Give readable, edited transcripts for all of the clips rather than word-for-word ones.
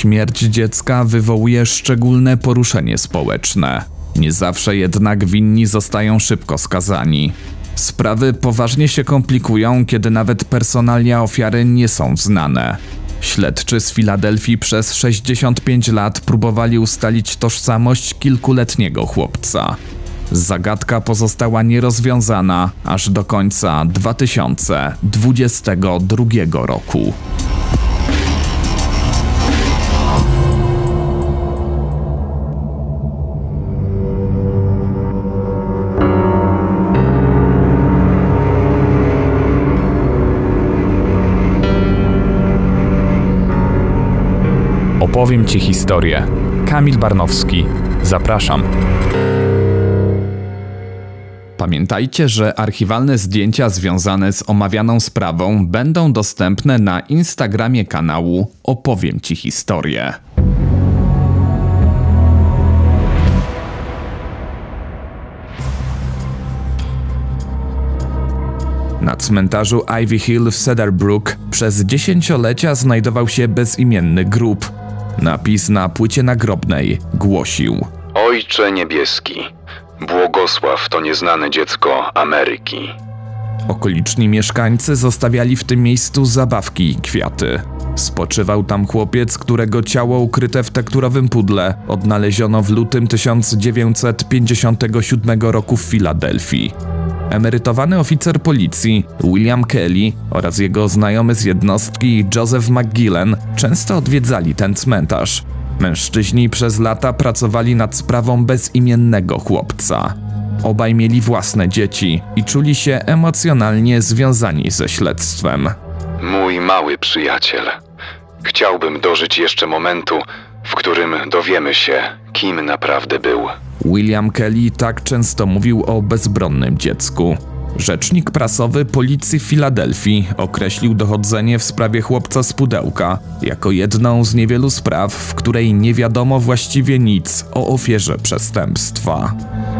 Śmierć dziecka wywołuje szczególne poruszenie społeczne. Nie zawsze jednak winni zostają szybko skazani. Sprawy poważnie się komplikują, kiedy nawet personalia ofiary nie są znane. Śledczy z Filadelfii przez 65 lat próbowali ustalić tożsamość kilkuletniego chłopca. Zagadka pozostała nierozwiązana aż do końca 2022 roku. Opowiem Ci historię. Kamil Barnowski. Zapraszam. Pamiętajcie, że archiwalne zdjęcia związane z omawianą sprawą będą dostępne na Instagramie kanału Opowiem Ci historię. Na cmentarzu Ivy Hill w Cedar Brook przez dziesięciolecia znajdował się bezimienny grób. Napis na płycie nagrobnej głosił: Ojcze niebieski, błogosław to nieznane dziecko Ameryki. Okoliczni mieszkańcy zostawiali w tym miejscu zabawki i kwiaty. Spoczywał tam chłopiec, którego ciało ukryte w tekturowym pudle odnaleziono w lutym 1957 roku w Filadelfii. Emerytowany oficer policji William Kelly oraz jego znajomy z jednostki Joseph McGillen często odwiedzali ten cmentarz. Mężczyźni przez lata pracowali nad sprawą bezimiennego chłopca. Obaj mieli własne dzieci i czuli się emocjonalnie związani ze śledztwem. Mój mały przyjaciel. Chciałbym dożyć jeszcze momentu, w którym dowiemy się, kim naprawdę był. William Kelly tak często mówił o bezbronnym dziecku. Rzecznik prasowy policji w Filadelfii określił dochodzenie w sprawie chłopca z pudełka jako jedną z niewielu spraw, w której nie wiadomo właściwie nic o ofierze przestępstwa.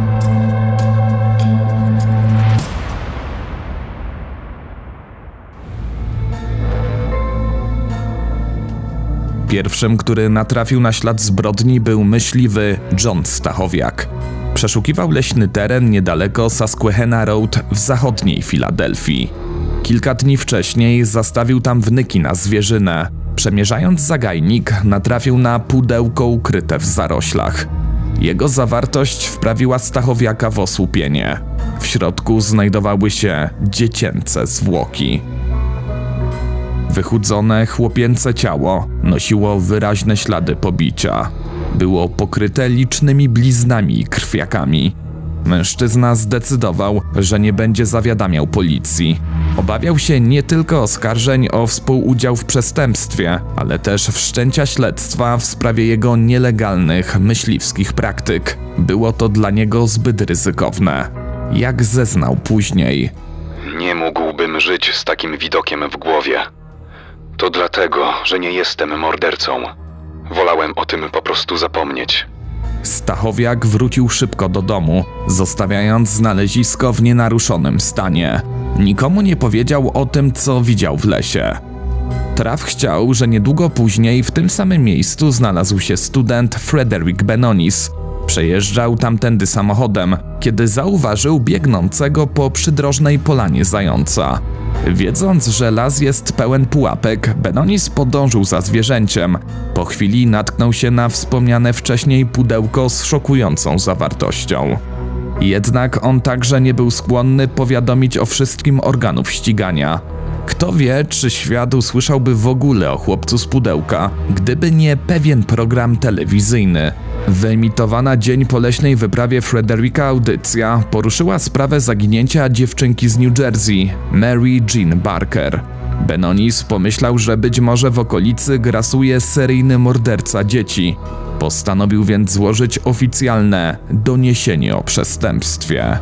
Pierwszym, który natrafił na ślad zbrodni, był myśliwy John Stachowiak. Przeszukiwał leśny teren niedaleko Susquehanna Road w zachodniej Filadelfii. Kilka dni wcześniej zastawił tam wnyki na zwierzynę. Przemierzając zagajnik, natrafił na pudełko ukryte w zaroślach. Jego zawartość wprawiła Stachowiaka w osłupienie. W środku znajdowały się dziecięce zwłoki. Wychudzone, chłopięce ciało nosiło wyraźne ślady pobicia. Było pokryte licznymi bliznami i krwiakami. Mężczyzna zdecydował, że nie będzie zawiadamiał policji. Obawiał się nie tylko oskarżeń o współudział w przestępstwie, ale też wszczęcia śledztwa w sprawie jego nielegalnych myśliwskich praktyk. Było to dla niego zbyt ryzykowne. Jak zeznał później: Nie mógłbym żyć z takim widokiem w głowie. To dlatego, że nie jestem mordercą. Wolałem o tym po prostu zapomnieć. Stachowiak wrócił szybko do domu, zostawiając znalezisko w nienaruszonym stanie. Nikomu nie powiedział o tym, co widział w lesie. Traf chciał, że niedługo później w tym samym miejscu znalazł się student Frederick Benonis. Przejeżdżał tamtędy samochodem, kiedy zauważył biegnącego po przydrożnej polanie zająca. Wiedząc, że las jest pełen pułapek, Benonis podążył za zwierzęciem. Po chwili natknął się na wspomniane wcześniej pudełko z szokującą zawartością. Jednak on także nie był skłonny powiadomić o wszystkim organów ścigania. Kto wie, czy świat usłyszałby w ogóle o chłopcu z pudełka, gdyby nie pewien program telewizyjny. Wyemitowana dzień po leśnej wyprawie Fredericka audycja poruszyła sprawę zaginięcia dziewczynki z New Jersey, Mary Jean Barker. Benonis pomyślał, że być może w okolicy grasuje seryjny morderca dzieci. Postanowił więc złożyć oficjalne doniesienie o przestępstwie.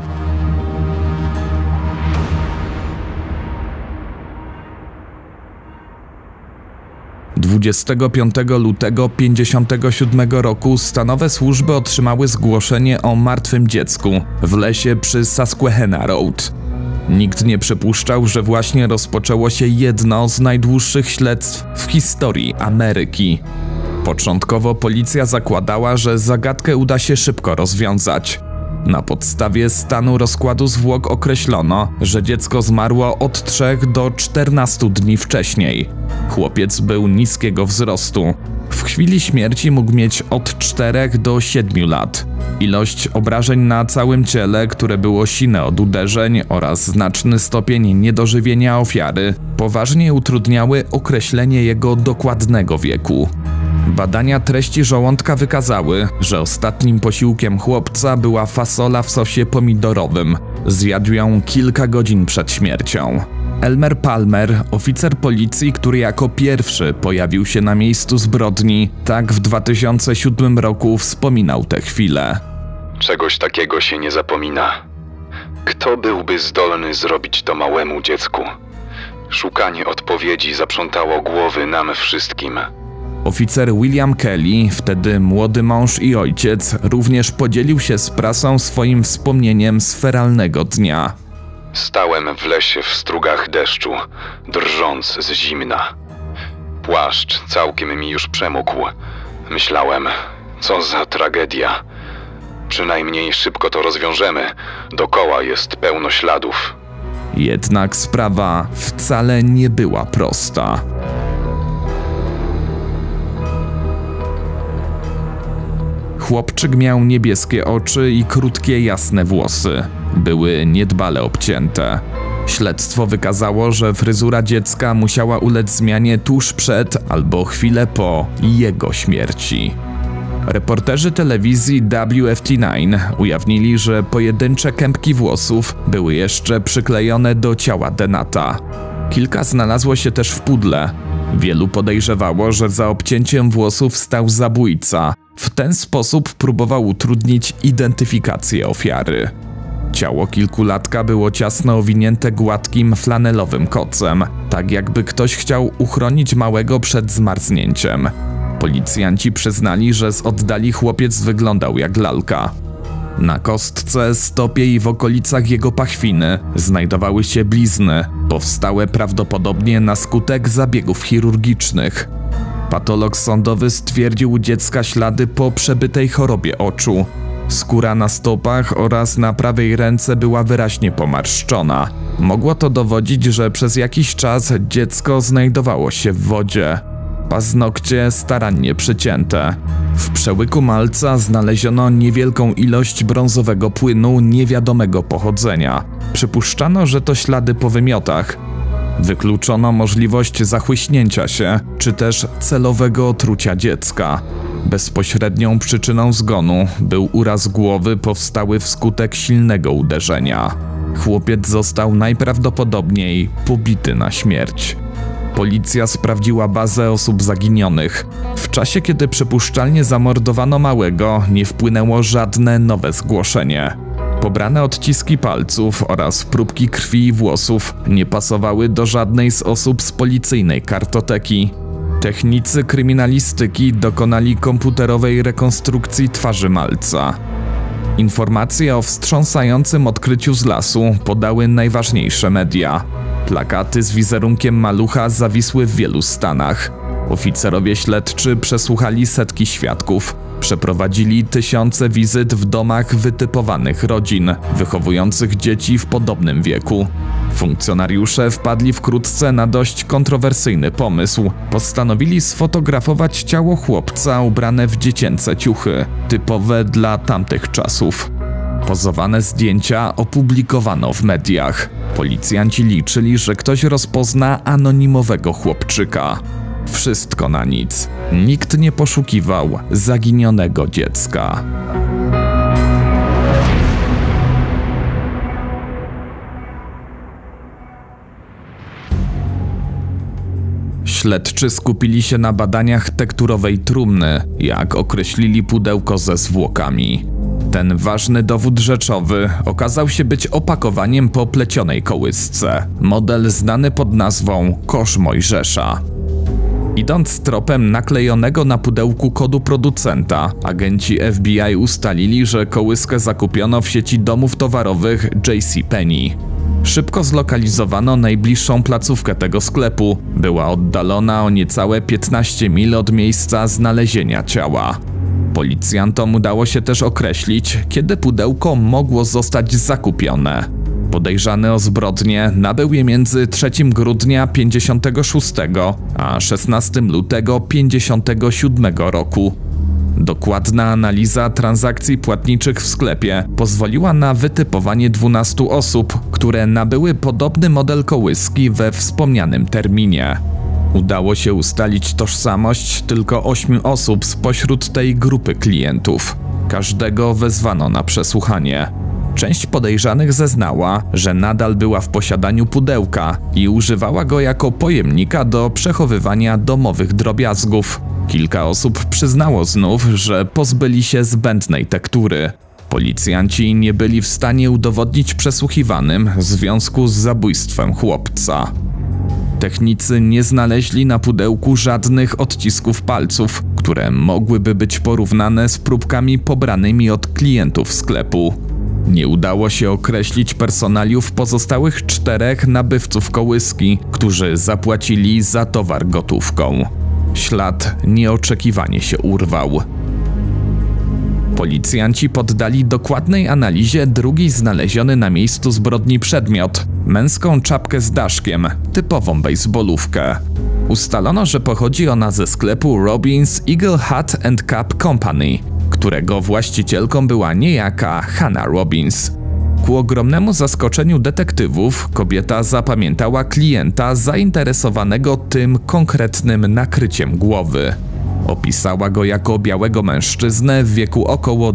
25 lutego 1957 roku stanowe służby otrzymały zgłoszenie o martwym dziecku w lesie przy Susquehanna Road. Nikt nie przypuszczał, że właśnie rozpoczęło się jedno z najdłuższych śledztw w historii Ameryki. Początkowo policja zakładała, że zagadkę uda się szybko rozwiązać. Na podstawie stanu rozkładu zwłok określono, że dziecko zmarło od 3 do 14 dni wcześniej. Chłopiec był niskiego wzrostu. W chwili śmierci mógł mieć od 4 do 7 lat. Ilość obrażeń na całym ciele, które było sine od uderzeń oraz znaczny stopień niedożywienia ofiary poważnie utrudniały określenie jego dokładnego wieku. Badania treści żołądka wykazały, że ostatnim posiłkiem chłopca była fasola w sosie pomidorowym. Zjadł ją kilka godzin przed śmiercią. Elmer Palmer, oficer policji, który jako pierwszy pojawił się na miejscu zbrodni, tak w 2007 roku wspominał tę chwilę. Czegoś takiego się nie zapomina. Kto byłby zdolny zrobić to małemu dziecku? Szukanie odpowiedzi zaprzątało głowy nam wszystkim. Oficer William Kelly, wtedy młody mąż i ojciec, również podzielił się z prasą swoim wspomnieniem z feralnego dnia. Stałem w lesie w strugach deszczu, drżąc z zimna. Płaszcz całkiem mi już przemógł. Myślałem, co za tragedia. Przynajmniej szybko to rozwiążemy. Dokoła jest pełno śladów. Jednak sprawa wcale nie była prosta. Chłopczyk miał niebieskie oczy i krótkie, jasne włosy. Były niedbale obcięte. Śledztwo wykazało, że fryzura dziecka musiała ulec zmianie tuż przed albo chwilę po jego śmierci. Reporterzy telewizji WFT9 ujawnili, że pojedyncze kępki włosów były jeszcze przyklejone do ciała Denata. Kilka znalazło się też w pudle. Wielu podejrzewało, że za obcięciem włosów stał zabójca. W ten sposób próbował utrudnić identyfikację ofiary. Ciało kilkulatka było ciasno owinięte gładkim flanelowym kocem, tak jakby ktoś chciał uchronić małego przed zmarznięciem. Policjanci przyznali, że z oddali chłopiec wyglądał jak lalka. Na kostce, stopie i w okolicach jego pachwiny znajdowały się blizny, powstałe prawdopodobnie na skutek zabiegów chirurgicznych. Patolog sądowy stwierdził u dziecka ślady po przebytej chorobie oczu. Skóra na stopach oraz na prawej ręce była wyraźnie pomarszczona. Mogło to dowodzić, że przez jakiś czas dziecko znajdowało się w wodzie. Paznokcie starannie przycięte. W przełyku malca znaleziono niewielką ilość brązowego płynu niewiadomego pochodzenia. Przypuszczano, że to ślady po wymiotach. Wykluczono możliwość zachłyśnięcia się, czy też celowego otrucia dziecka. Bezpośrednią przyczyną zgonu był uraz głowy powstały wskutek silnego uderzenia. Chłopiec został najprawdopodobniej pobity na śmierć. Policja sprawdziła bazę osób zaginionych. W czasie, kiedy przypuszczalnie zamordowano małego, nie wpłynęło żadne nowe zgłoszenie. Pobrane odciski palców oraz próbki krwi i włosów nie pasowały do żadnej z osób z policyjnej kartoteki. Technicy kryminalistyki dokonali komputerowej rekonstrukcji twarzy malca. Informacje o wstrząsającym odkryciu z lasu podały najważniejsze media. Plakaty z wizerunkiem malucha zawisły w wielu stanach. Oficerowie śledczy przesłuchali setki świadków. Przeprowadzili tysiące wizyt w domach wytypowanych rodzin, wychowujących dzieci w podobnym wieku. Funkcjonariusze wpadli wkrótce na dość kontrowersyjny pomysł. Postanowili sfotografować ciało chłopca ubrane w dziecięce ciuchy, typowe dla tamtych czasów. Pozowane zdjęcia opublikowano w mediach. Policjanci liczyli, że ktoś rozpozna anonimowego chłopczyka. Wszystko na nic. Nikt nie poszukiwał zaginionego dziecka. Śledczy skupili się na badaniach tekturowej trumny, jak określili pudełko ze zwłokami. Ten ważny dowód rzeczowy okazał się być opakowaniem po plecionej kołysce. Model znany pod nazwą kosz Mojżesza. Idąc tropem naklejonego na pudełku kodu producenta, agenci FBI ustalili, że kołyskę zakupiono w sieci domów towarowych JCPenney. Szybko zlokalizowano najbliższą placówkę tego sklepu. Była oddalona o niecałe 15 mil od miejsca znalezienia ciała. Policjantom udało się też określić, kiedy pudełko mogło zostać zakupione. Podejrzany o zbrodnię nabył je między 3 grudnia 56 a 16 lutego 57 roku. Dokładna analiza transakcji płatniczych w sklepie pozwoliła na wytypowanie 12 osób, które nabyły podobny model kołyski we wspomnianym terminie. Udało się ustalić tożsamość tylko 8 osób spośród tej grupy klientów. Każdego wezwano na przesłuchanie. Część podejrzanych zeznała, że nadal była w posiadaniu pudełka i używała go jako pojemnika do przechowywania domowych drobiazgów. Kilka osób przyznało znów, że pozbyli się zbędnej tektury. Policjanci nie byli w stanie udowodnić przesłuchiwanym związku z zabójstwem chłopca. Technicy nie znaleźli na pudełku żadnych odcisków palców, które mogłyby być porównane z próbkami pobranymi od klientów sklepu. Nie udało się określić personaliów pozostałych 4 nabywców kołyski, którzy zapłacili za towar gotówką. Ślad nieoczekiwanie się urwał. Policjanci poddali dokładnej analizie drugi znaleziony na miejscu zbrodni przedmiot – męską czapkę z daszkiem, typową bejsbolówkę. Ustalono, że pochodzi ona ze sklepu Robins Eagle Hat and Cap Company, którego właścicielką była niejaka Hannah Robins. Ku ogromnemu zaskoczeniu detektywów kobieta zapamiętała klienta zainteresowanego tym konkretnym nakryciem głowy. Opisała go jako białego mężczyznę w wieku około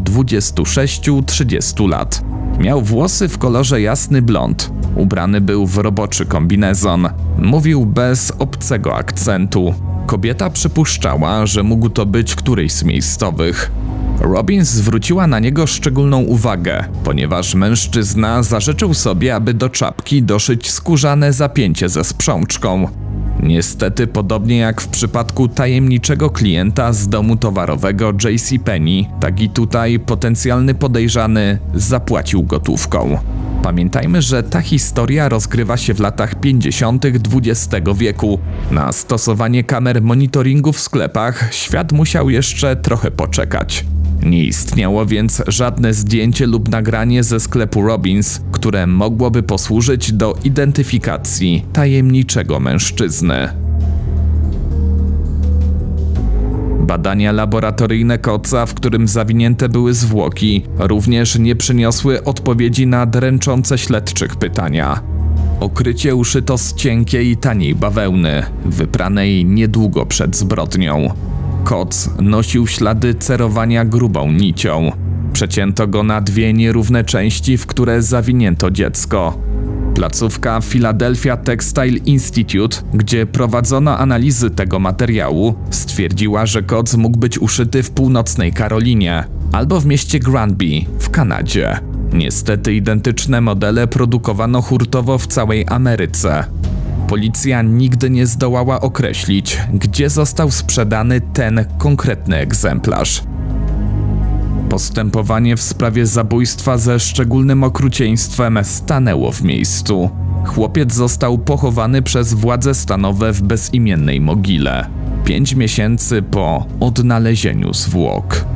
26-30 lat. Miał włosy w kolorze jasny blond, ubrany był w roboczy kombinezon, mówił bez obcego akcentu. Kobieta przypuszczała, że mógł to być któryś z miejscowych. Robins zwróciła na niego szczególną uwagę, ponieważ mężczyzna zażyczył sobie, aby do czapki doszyć skórzane zapięcie ze sprzączką. Niestety, podobnie jak w przypadku tajemniczego klienta z domu towarowego JCPenney, tak i tutaj potencjalny podejrzany zapłacił gotówką. Pamiętajmy, że ta historia rozgrywa się w latach 50. XX wieku. Na stosowanie kamer monitoringu w sklepach świat musiał jeszcze trochę poczekać. Nie istniało więc żadne zdjęcie lub nagranie ze sklepu Robins, które mogłoby posłużyć do identyfikacji tajemniczego mężczyzny. Badania laboratoryjne koca, w którym zawinięte były zwłoki, również nie przyniosły odpowiedzi na dręczące śledczych pytania. Okrycie uszyto z cienkiej i taniej bawełny, wypranej niedługo przed zbrodnią. Koc nosił ślady cerowania grubą nicią. Przecięto go na 2 nierówne części, w które zawinięto dziecko. Placówka Philadelphia Textile Institute, gdzie prowadzono analizy tego materiału, stwierdziła, że koc mógł być uszyty w północnej Karolinie albo w mieście Granby w Kanadzie. Niestety identyczne modele produkowano hurtowo w całej Ameryce. Policja nigdy nie zdołała określić, gdzie został sprzedany ten konkretny egzemplarz. Postępowanie w sprawie zabójstwa ze szczególnym okrucieństwem stanęło w miejscu. Chłopiec został pochowany przez władze stanowe w bezimiennej mogile, 5 miesięcy po odnalezieniu zwłok.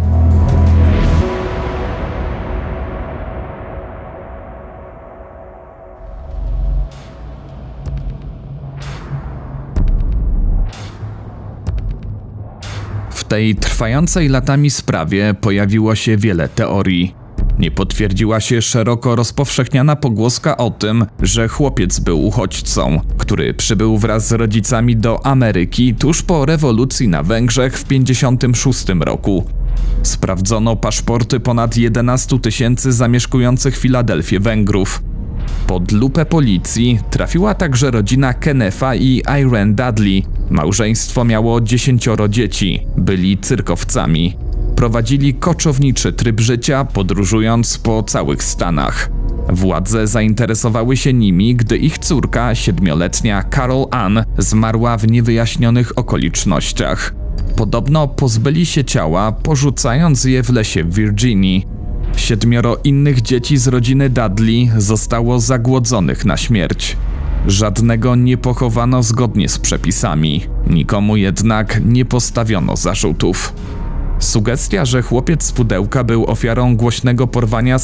W tej trwającej latami sprawie pojawiło się wiele teorii. Nie potwierdziła się szeroko rozpowszechniana pogłoska o tym, że chłopiec był uchodźcą, który przybył wraz z rodzicami do Ameryki tuż po rewolucji na Węgrzech w 1956 roku. Sprawdzono paszporty ponad 11 000 zamieszkujących Filadelfię Węgrów. Pod lupę policji trafiła także rodzina Kennetha i Irene Dudley. Małżeństwo miało 10 dzieci, byli cyrkowcami. Prowadzili koczowniczy tryb życia, podróżując po całych Stanach. Władze zainteresowały się nimi, gdy ich córka, 7-letnia Carol Ann, zmarła w niewyjaśnionych okolicznościach. Podobno pozbyli się ciała, porzucając je w lesie w Virginii. 7 innych dzieci z rodziny Dudley zostało zagłodzonych na śmierć. Żadnego nie pochowano zgodnie z przepisami, nikomu jednak nie postawiono zarzutów. Sugestia, że chłopiec z pudełka był ofiarą głośnego porwania z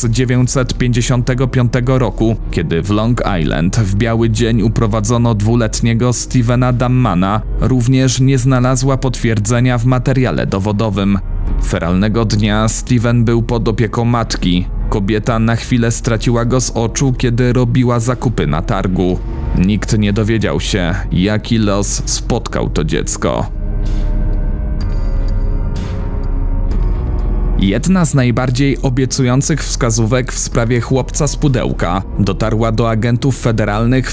1955 roku, kiedy w Long Island w biały dzień uprowadzono 2-letniego Stevena Dammana, również nie znalazła potwierdzenia w materiale dowodowym. Feralnego dnia Steven był pod opieką matki. Kobieta na chwilę straciła go z oczu, kiedy robiła zakupy na targu. Nikt nie dowiedział się, jaki los spotkał to dziecko. Jedna z najbardziej obiecujących wskazówek w sprawie chłopca z pudełka dotarła do agentów federalnych w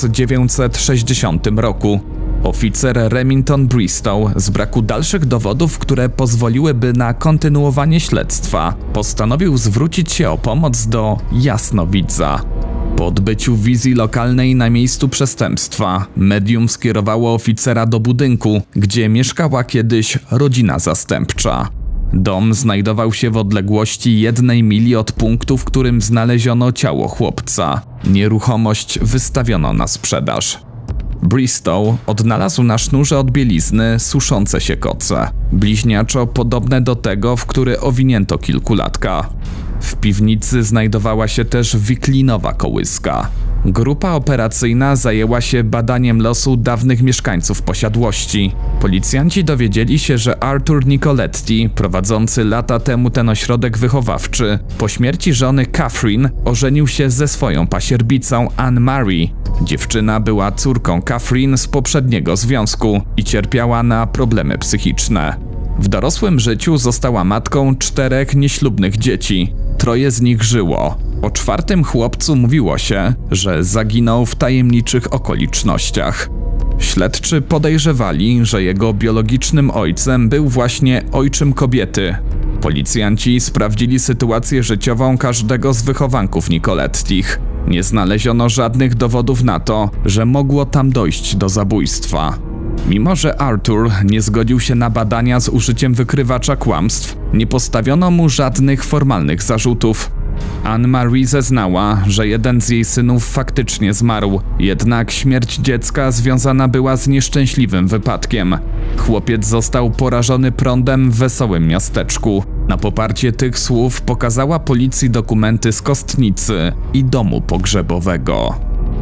1960 roku. Oficer Remington Bristow z braku dalszych dowodów, które pozwoliłyby na kontynuowanie śledztwa, postanowił zwrócić się o pomoc do jasnowidza. Po odbyciu wizji lokalnej na miejscu przestępstwa, medium skierowało oficera do budynku, gdzie mieszkała kiedyś rodzina zastępcza. Dom znajdował się w odległości 1 mili od punktu, w którym znaleziono ciało chłopca. Nieruchomość wystawiono na sprzedaż. Bristow odnalazł na sznurze od bielizny suszące się koce, bliźniaczo podobne do tego, w który owinięto kilkulatka. W piwnicy znajdowała się też wiklinowa kołyska. Grupa operacyjna zajęła się badaniem losu dawnych mieszkańców posiadłości. Policjanci dowiedzieli się, że Arthur Nicoletti, prowadzący lata temu ten ośrodek wychowawczy, po śmierci żony Catherine ożenił się ze swoją pasierbicą Anne-Marie. Dziewczyna była córką Catherine z poprzedniego związku i cierpiała na problemy psychiczne. W dorosłym życiu została matką 4 nieślubnych dzieci. 3 z nich żyło. O 4. chłopcu mówiło się, że zaginął w tajemniczych okolicznościach. Śledczy podejrzewali, że jego biologicznym ojcem był właśnie ojczym kobiety. Policjanci sprawdzili sytuację życiową każdego z wychowanków Nicolettich. Nie znaleziono żadnych dowodów na to, że mogło tam dojść do zabójstwa. Mimo że Arthur nie zgodził się na badania z użyciem wykrywacza kłamstw, nie postawiono mu żadnych formalnych zarzutów. Anne-Marie zeznała, że jeden z jej synów faktycznie zmarł, jednak śmierć dziecka związana była z nieszczęśliwym wypadkiem. Chłopiec został porażony prądem w wesołym miasteczku. Na poparcie tych słów pokazała policji dokumenty z kostnicy i domu pogrzebowego.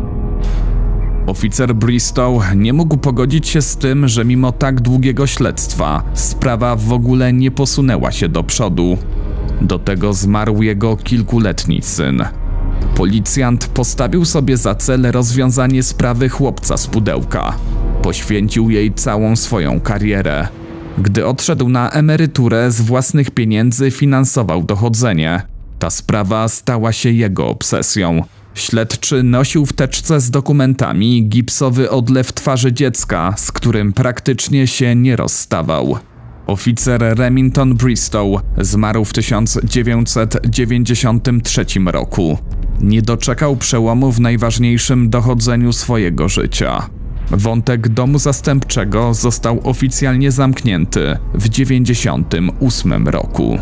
Oficer Bristow nie mógł pogodzić się z tym, że mimo tak długiego śledztwa sprawa w ogóle nie posunęła się do przodu. Do tego zmarł jego kilkuletni syn. Policjant postawił sobie za cel rozwiązanie sprawy chłopca z pudełka. Poświęcił jej całą swoją karierę. Gdy odszedł na emeryturę, z własnych pieniędzy finansował dochodzenie. Ta sprawa stała się jego obsesją. Śledczy nosił w teczce z dokumentami gipsowy odlew twarzy dziecka, z którym praktycznie się nie rozstawał. Oficer Remington Bristow zmarł w 1993 roku. Nie doczekał przełomu w najważniejszym dochodzeniu swojego życia. Wątek domu zastępczego został oficjalnie zamknięty w 1998 roku.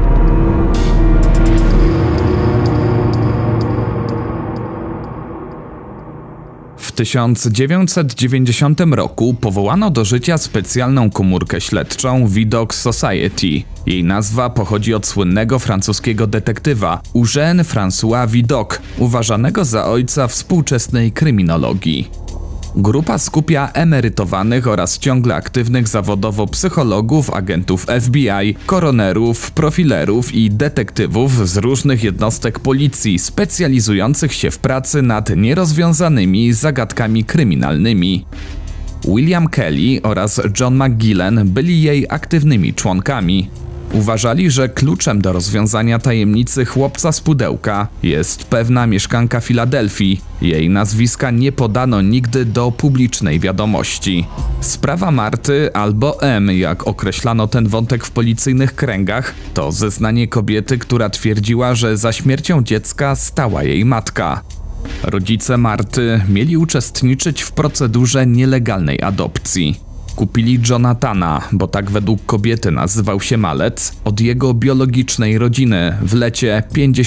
W 1990 roku powołano do życia specjalną komórkę śledczą Vidocq Society. Jej nazwa pochodzi od słynnego francuskiego detektywa Eugène François Vidocq, uważanego za ojca współczesnej kryminologii. Grupa skupia emerytowanych oraz ciągle aktywnych zawodowo psychologów, agentów FBI, koronerów, profilerów i detektywów z różnych jednostek policji specjalizujących się w pracy nad nierozwiązanymi zagadkami kryminalnymi. William Kelly oraz John McGillen byli jej aktywnymi członkami. Uważali, że kluczem do rozwiązania tajemnicy chłopca z pudełka jest pewna mieszkanka Filadelfii. Jej nazwiska nie podano nigdy do publicznej wiadomości. Sprawa Marty, albo M, jak określano ten wątek w policyjnych kręgach, to zeznanie kobiety, która twierdziła, że za śmiercią dziecka stała jej matka. Rodzice Marty mieli uczestniczyć w procedurze nielegalnej adopcji. Kupili Jonathana, bo tak według kobiety nazywał się malec, od jego biologicznej rodziny w lecie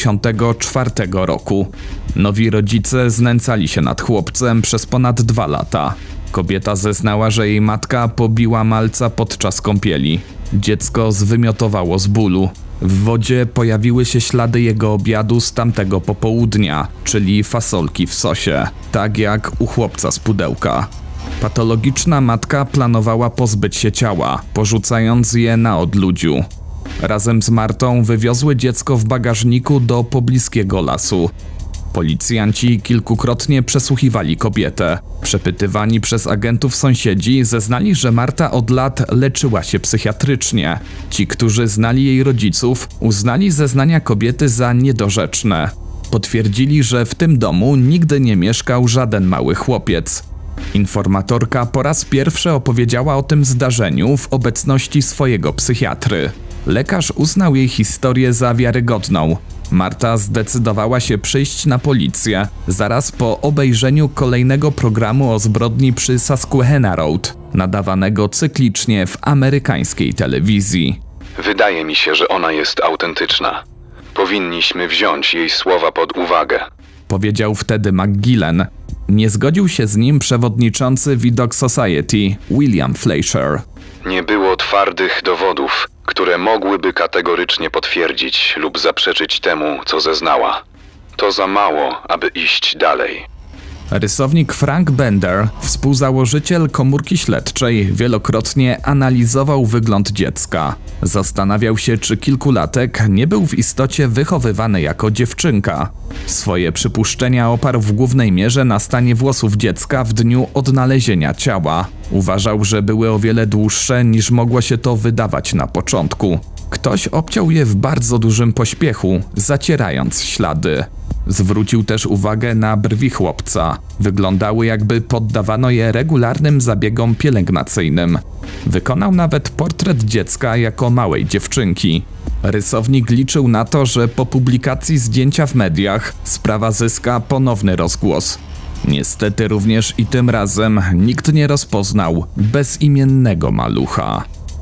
54 roku. Nowi rodzice znęcali się nad chłopcem przez ponad 2 lata. Kobieta zeznała, że jej matka pobiła malca podczas kąpieli. Dziecko zwymiotowało z bólu. W wodzie pojawiły się ślady jego obiadu z tamtego popołudnia, czyli fasolki w sosie, tak jak u chłopca z pudełka. Patologiczna matka planowała pozbyć się ciała, porzucając je na odludziu. Razem z Martą wywiozły dziecko w bagażniku do pobliskiego lasu. Policjanci kilkukrotnie przesłuchiwali kobietę. Przepytywani przez agentów sąsiedzi zeznali, że Marta od lat leczyła się psychiatrycznie. Ci, którzy znali jej rodziców, uznali zeznania kobiety za niedorzeczne. Potwierdzili, że w tym domu nigdy nie mieszkał żaden mały chłopiec. Informatorka po raz pierwszy opowiedziała o tym zdarzeniu w obecności swojego psychiatry. Lekarz uznał jej historię za wiarygodną. Marta zdecydowała się przyjść na policję zaraz po obejrzeniu kolejnego programu o zbrodni przy Susquehanna Road, nadawanego cyklicznie w amerykańskiej telewizji. Wydaje mi się, że ona jest autentyczna. Powinniśmy wziąć jej słowa pod uwagę. Powiedział wtedy McGillen. Nie zgodził się z nim przewodniczący Vidocq Society, William Fleischer. Nie było twardych dowodów, które mogłyby kategorycznie potwierdzić lub zaprzeczyć temu, co zeznała. To za mało, aby iść dalej. Rysownik Frank Bender, współzałożyciel komórki śledczej, wielokrotnie analizował wygląd dziecka. Zastanawiał się, czy kilkulatek nie był w istocie wychowywany jako dziewczynka. Swoje przypuszczenia oparł w głównej mierze na stanie włosów dziecka w dniu odnalezienia ciała. Uważał, że były o wiele dłuższe, niż mogło się to wydawać na początku. Ktoś obciął je w bardzo dużym pośpiechu, zacierając ślady. Zwrócił też uwagę na brwi chłopca. Wyglądały, jakby poddawano je regularnym zabiegom pielęgnacyjnym. Wykonał nawet portret dziecka jako małej dziewczynki. Rysownik liczył na to, że po publikacji zdjęcia w mediach sprawa zyska ponowny rozgłos. Niestety również i tym razem nikt nie rozpoznał bezimiennego malucha.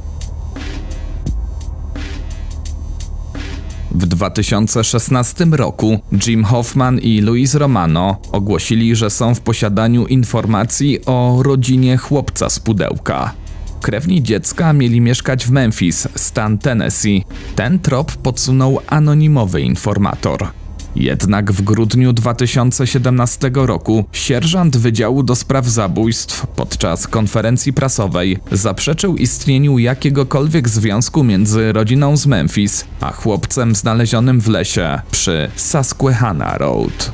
W 2016 roku Jim Hoffman i Louise Romano ogłosili, że są w posiadaniu informacji o rodzinie chłopca z pudełka. Krewni dziecka mieli mieszkać w Memphis, stan Tennessee. Ten trop podsunął anonimowy informator. Jednak w grudniu 2017 roku sierżant Wydziału do Spraw Zabójstw podczas konferencji prasowej zaprzeczył istnieniu jakiegokolwiek związku między rodziną z Memphis a chłopcem znalezionym w lesie przy Susquehanna Road.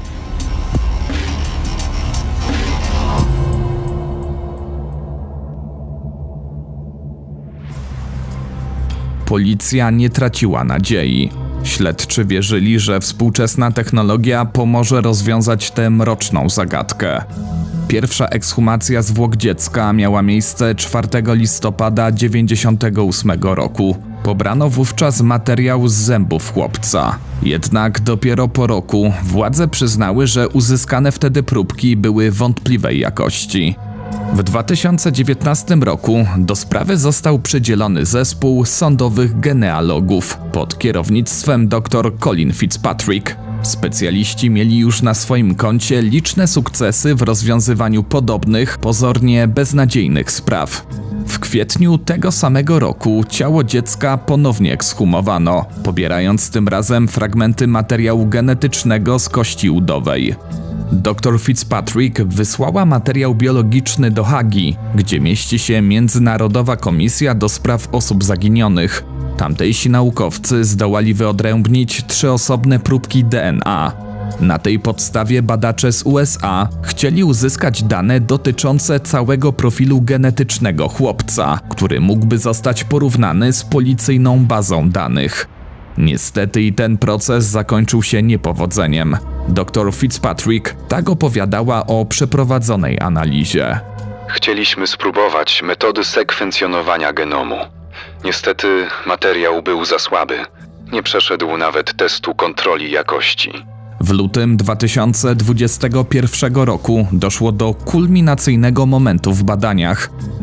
Policja nie traciła nadziei. Śledczy wierzyli, że współczesna technologia pomoże rozwiązać tę mroczną zagadkę. Pierwsza ekshumacja zwłok dziecka miała miejsce 4 listopada 1998 roku. Pobrano wówczas materiał z zębów chłopca. Jednak dopiero po roku władze przyznały, że uzyskane wtedy próbki były wątpliwej jakości. W 2019 roku do sprawy został przydzielony zespół sądowych genealogów pod kierownictwem dr Colin Fitzpatrick. Specjaliści mieli już na swoim koncie liczne sukcesy w rozwiązywaniu podobnych, pozornie beznadziejnych spraw. W kwietniu tego samego roku ciało dziecka ponownie ekshumowano, pobierając tym razem fragmenty materiału genetycznego z kości udowej. Dr Fitzpatrick wysłała materiał biologiczny do Hagi, gdzie mieści się Międzynarodowa Komisja do Spraw Osób Zaginionych. Tamtejsi naukowcy zdołali wyodrębnić 3 osobne próbki DNA. Na tej podstawie badacze z USA chcieli uzyskać dane dotyczące całego profilu genetycznego chłopca, który mógłby zostać porównany z policyjną bazą danych. Niestety i ten proces zakończył się niepowodzeniem. Dr Fitzpatrick tak opowiadała o przeprowadzonej analizie. Chcieliśmy spróbować metody sekwencjonowania genomu. Niestety materiał był za słaby. Nie przeszedł nawet testu kontroli jakości. W lutym 2021 roku doszło do kulminacyjnego momentu w badaniach.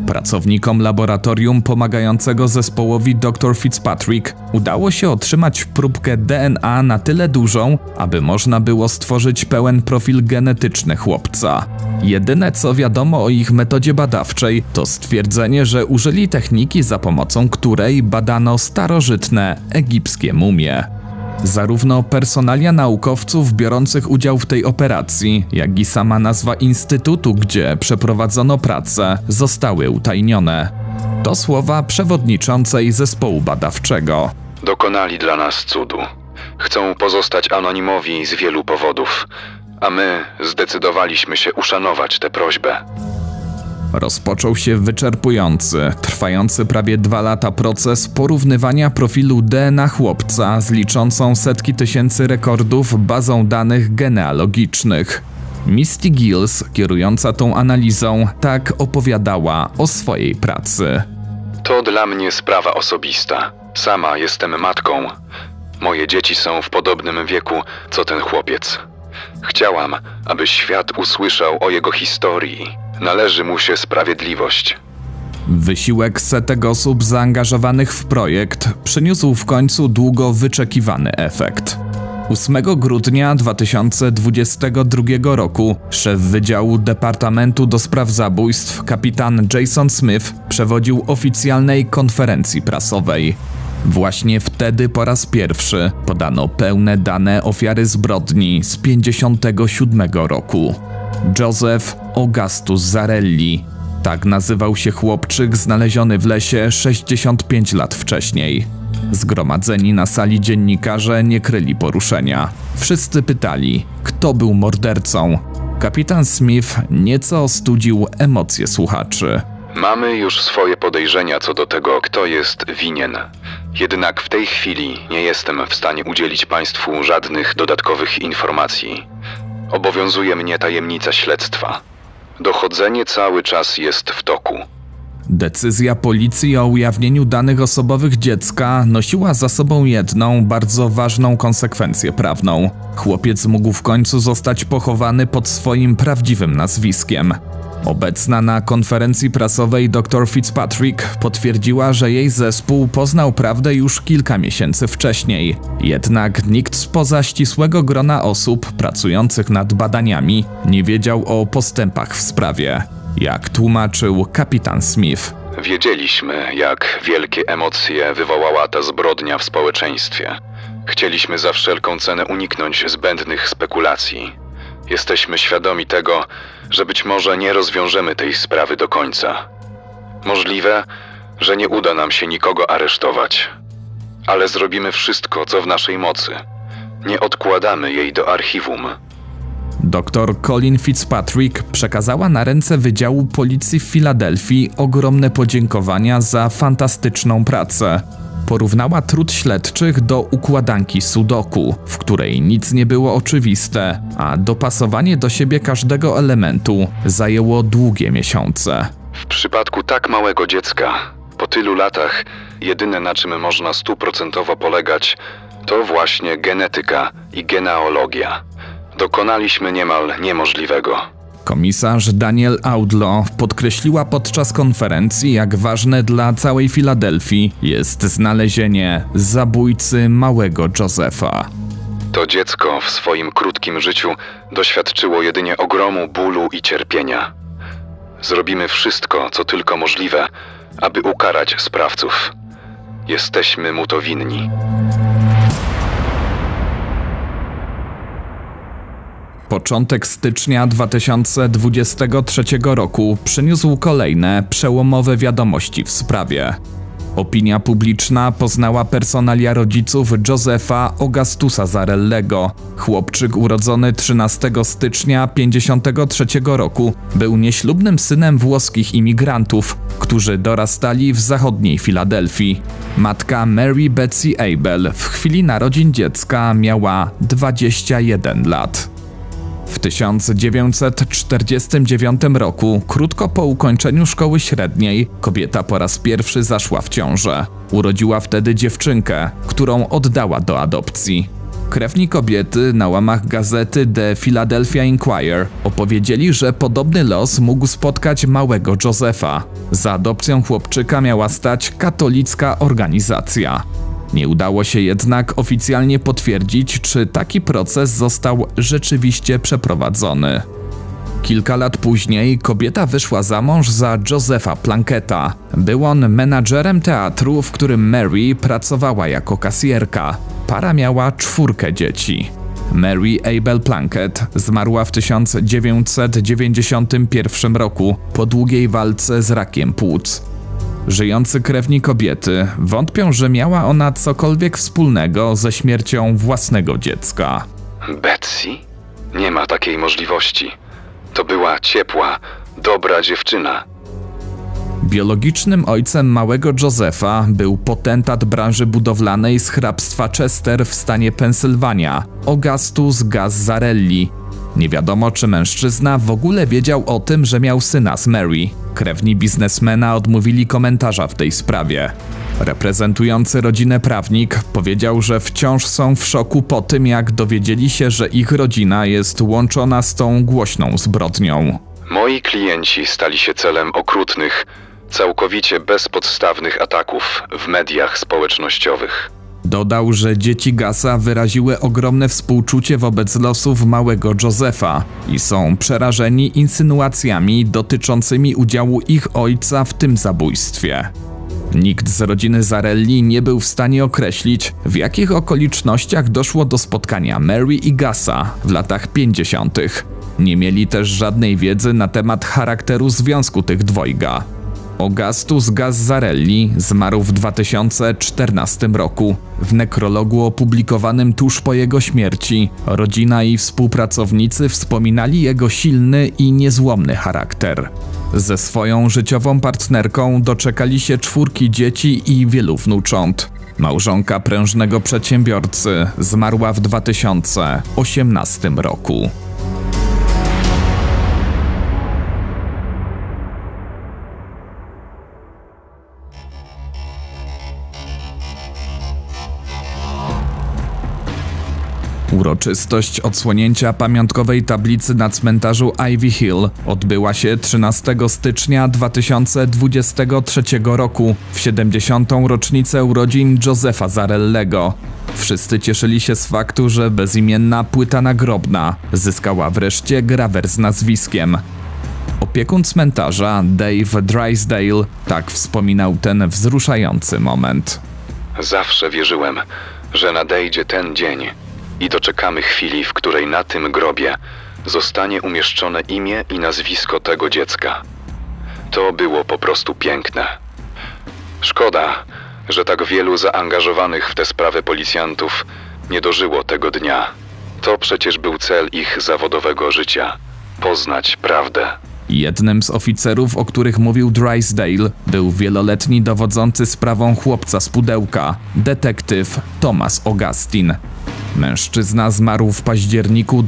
Pracownikom laboratorium pomagającego zespołowi dr Fitzpatrick udało się otrzymać próbkę DNA na tyle dużą, aby można było stworzyć pełen profil genetyczny chłopca. Jedyne co wiadomo o ich metodzie badawczej to stwierdzenie, że użyli techniki, za pomocą której badano starożytne egipskie mumie. Zarówno personalia naukowców biorących udział w tej operacji, jak i sama nazwa instytutu, gdzie przeprowadzono pracę, zostały utajnione. To słowa przewodniczącej zespołu badawczego. Dokonali dla nas cudu. Chcą pozostać anonimowi z wielu powodów, a my zdecydowaliśmy się uszanować tę prośbę. Rozpoczął się wyczerpujący, trwający prawie 2 lata proces porównywania profilu DNA chłopca z liczącą setki tysięcy rekordów bazą danych genealogicznych. Misty Gills, kierująca tą analizą, tak opowiadała o swojej pracy. To dla mnie sprawa osobista. Sama jestem matką. Moje dzieci są w podobnym wieku, co ten chłopiec. Chciałam, aby świat usłyszał o jego historii. Należy mu się sprawiedliwość. Wysiłek setek osób zaangażowanych w projekt przyniósł w końcu długo wyczekiwany efekt. 8 grudnia 2022 roku szef Wydziału Departamentu do Spraw Zabójstw kapitan Jason Smith przewodził oficjalnej konferencji prasowej. Właśnie wtedy po raz pierwszy podano pełne dane ofiary zbrodni z 1957 roku. Joseph Augustus Zarelli. Tak nazywał się chłopczyk znaleziony w lesie 65 lat wcześniej. Zgromadzeni na sali dziennikarze nie kryli poruszenia. Wszyscy pytali, kto był mordercą. Kapitan Smith nieco ostudził emocje słuchaczy. Mamy już swoje podejrzenia co do tego, kto jest winien. Jednak w tej chwili nie jestem w stanie udzielić Państwu żadnych dodatkowych informacji. Obowiązuje mnie tajemnica śledztwa. Dochodzenie cały czas jest w toku. Decyzja policji o ujawnieniu danych osobowych dziecka nosiła za sobą jedną, bardzo ważną konsekwencję prawną. Chłopiec mógł w końcu zostać pochowany pod swoim prawdziwym nazwiskiem. Obecna na konferencji prasowej dr Fitzpatrick potwierdziła, że jej zespół poznał prawdę już kilka miesięcy wcześniej. Jednak nikt spoza ścisłego grona osób pracujących nad badaniami nie wiedział o postępach w sprawie. Jak tłumaczył kapitan Smith. Wiedzieliśmy, jak wielkie emocje wywołała ta zbrodnia w społeczeństwie. Chcieliśmy za wszelką cenę uniknąć zbędnych spekulacji. Jesteśmy świadomi tego, że być może nie rozwiążemy tej sprawy do końca. Możliwe, że nie uda nam się nikogo aresztować. Ale zrobimy wszystko, co w naszej mocy. Nie odkładamy jej do archiwum. Dr Colin Fitzpatrick przekazała na ręce Wydziału Policji w Filadelfii ogromne podziękowania za fantastyczną pracę. Porównała trud śledczych do układanki sudoku, w której nic nie było oczywiste, a dopasowanie do siebie każdego elementu zajęło długie miesiące. W przypadku tak małego dziecka, po tylu latach, jedyne na czym można 100% polegać, to właśnie genetyka i genealogia. Dokonaliśmy niemal niemożliwego. Komisarz Daniel Outlaw podkreśliła podczas konferencji, jak ważne dla całej Filadelfii jest znalezienie zabójcy małego Josepha. To dziecko w swoim krótkim życiu doświadczyło jedynie ogromu bólu i cierpienia. Zrobimy wszystko, co tylko możliwe, aby ukarać sprawców. Jesteśmy mu to winni. Początek stycznia 2023 roku przyniósł kolejne przełomowe wiadomości w sprawie. Opinia publiczna poznała personalia rodziców Josepha Augustusa Zarellego. Chłopczyk urodzony 13 stycznia 1953 roku był nieślubnym synem włoskich imigrantów, którzy dorastali w zachodniej Filadelfii. Matka Mary Betsy Abel w chwili narodzin dziecka miała 21 lat. W 1949 roku, krótko po ukończeniu szkoły średniej, kobieta po raz pierwszy zaszła w ciążę. Urodziła wtedy dziewczynkę, którą oddała do adopcji. Krewni kobiety na łamach gazety The Philadelphia Inquirer opowiedzieli, że podobny los mógł spotkać małego Josepha. Za adopcją chłopczyka miała stać katolicka organizacja. Nie udało się jednak oficjalnie potwierdzić, czy taki proces został rzeczywiście przeprowadzony. Kilka lat później kobieta wyszła za mąż za Josepha Plunketta. Był on menadżerem teatru, w którym Mary pracowała jako kasjerka. Para miała 4 dzieci. Mary Abel Plunkett zmarła w 1991 roku po długiej walce z rakiem płuc. Żyjący krewni kobiety wątpią, że miała ona cokolwiek wspólnego ze śmiercią własnego dziecka. Betsy? Nie ma takiej możliwości. To była ciepła, dobra dziewczyna. Biologicznym ojcem małego Josepha był potentat branży budowlanej z hrabstwa Chester w stanie Pensylwania, Augustus Gazzarelli. Nie wiadomo, czy mężczyzna w ogóle wiedział o tym, że miał syna z Mary. Krewni biznesmena odmówili komentarza w tej sprawie. Reprezentujący rodzinę prawnik powiedział, że wciąż są w szoku po tym, jak dowiedzieli się, że ich rodzina jest łączona z tą głośną zbrodnią. Moi klienci stali się celem okrutnych, całkowicie bezpodstawnych ataków w mediach społecznościowych. Dodał, że dzieci Gassa wyraziły ogromne współczucie wobec losów małego Josepha i są przerażeni insynuacjami dotyczącymi udziału ich ojca w tym zabójstwie. Nikt z rodziny Zarelli nie był w stanie określić, w jakich okolicznościach doszło do spotkania Mary i Gassa w latach 50. Nie mieli też żadnej wiedzy na temat charakteru związku tych dwojga. Augustus Gazzarelli zmarł w 2014 roku. W nekrologu opublikowanym tuż po jego śmierci rodzina i współpracownicy wspominali jego silny i niezłomny charakter. Ze swoją życiową partnerką doczekali się 4 dzieci i wielu wnucząt. Małżonka prężnego przedsiębiorcy zmarła w 2018 roku. Uroczystość odsłonięcia pamiątkowej tablicy na cmentarzu Ivy Hill odbyła się 13 stycznia 2023 roku w 70. rocznicę urodzin Josepha Zarellego. Wszyscy cieszyli się z faktu, że bezimienna płyta nagrobna zyskała wreszcie grawer z nazwiskiem. Opiekun cmentarza Dave Drysdale tak wspominał ten wzruszający moment. Zawsze wierzyłem, że nadejdzie ten dzień i doczekamy chwili, w której na tym grobie zostanie umieszczone imię i nazwisko tego dziecka. To było po prostu piękne. Szkoda, że tak wielu zaangażowanych w tę sprawę policjantów nie dożyło tego dnia. To przecież był cel ich zawodowego życia – poznać prawdę. Jednym z oficerów, o których mówił Drysdale, był wieloletni dowodzący sprawą chłopca z pudełka, detektyw Thomas Augustine. Mężczyzna zmarł w październiku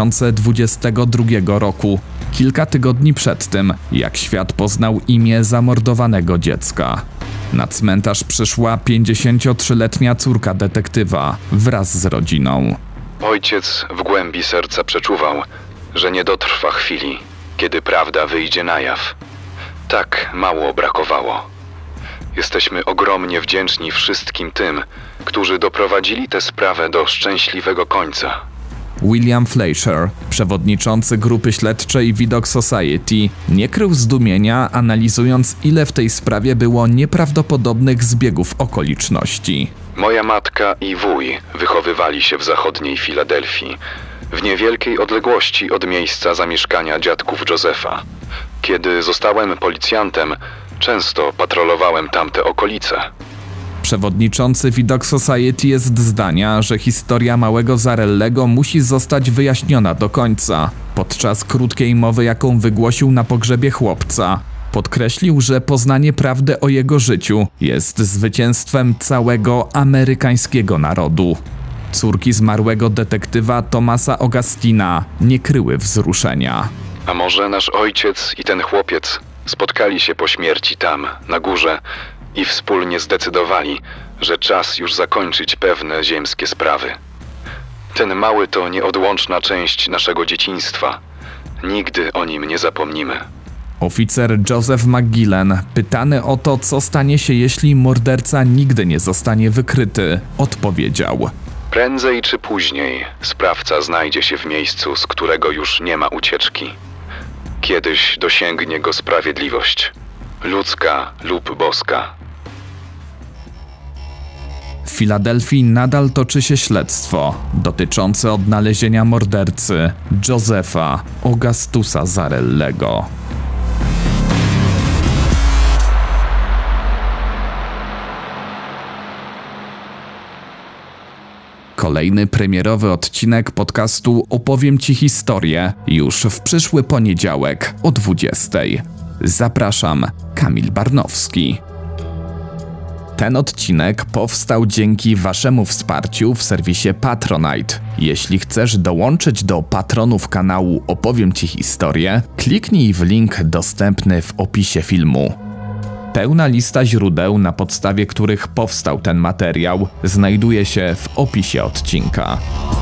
2022 roku, kilka tygodni przed tym, jak świat poznał imię zamordowanego dziecka. Na cmentarz przyszła 53-letnia córka detektywa wraz z rodziną. Ojciec w głębi serca przeczuwał, że nie dotrwa chwili, kiedy prawda wyjdzie na jaw. Tak mało brakowało. Jesteśmy ogromnie wdzięczni wszystkim tym, którzy doprowadzili tę sprawę do szczęśliwego końca. William Fleischer, przewodniczący grupy śledczej Vidocq Society, nie krył zdumienia, analizując, ile w tej sprawie było nieprawdopodobnych zbiegów okoliczności. Moja matka i wuj wychowywali się w zachodniej Filadelfii, w niewielkiej odległości od miejsca zamieszkania dziadków Josepha. Kiedy zostałem policjantem, często patrolowałem tamte okolice. Przewodniczący Vidocq Society jest zdania, że historia małego Zarellego musi zostać wyjaśniona do końca. Podczas krótkiej mowy, jaką wygłosił na pogrzebie chłopca, podkreślił, że poznanie prawdy o jego życiu jest zwycięstwem całego amerykańskiego narodu. Córki zmarłego detektywa Thomasa Augustina nie kryły wzruszenia. A może nasz ojciec i ten chłopiec spotkali się po śmierci tam, na górze i wspólnie zdecydowali, że czas już zakończyć pewne ziemskie sprawy. Ten mały to nieodłączna część naszego dzieciństwa. Nigdy o nim nie zapomnimy. Oficer Joseph McGillen, pytany o to, co stanie się, jeśli morderca nigdy nie zostanie wykryty, odpowiedział: Prędzej czy później sprawca znajdzie się w miejscu, z którego już nie ma ucieczki. Kiedyś dosięgnie go sprawiedliwość. Ludzka lub boska. W Filadelfii nadal toczy się śledztwo dotyczące odnalezienia mordercy Josepha Augustusa Zarellego. Kolejny premierowy odcinek podcastu Opowiem Ci historię już w przyszły poniedziałek o 20:00. Zapraszam, Kamil Barnowski. Ten odcinek powstał dzięki Waszemu wsparciu w serwisie Patronite. Jeśli chcesz dołączyć do patronów kanału Opowiem Ci historię, kliknij w link dostępny w opisie filmu. Pełna lista źródeł, na podstawie których powstał ten materiał, znajduje się w opisie odcinka.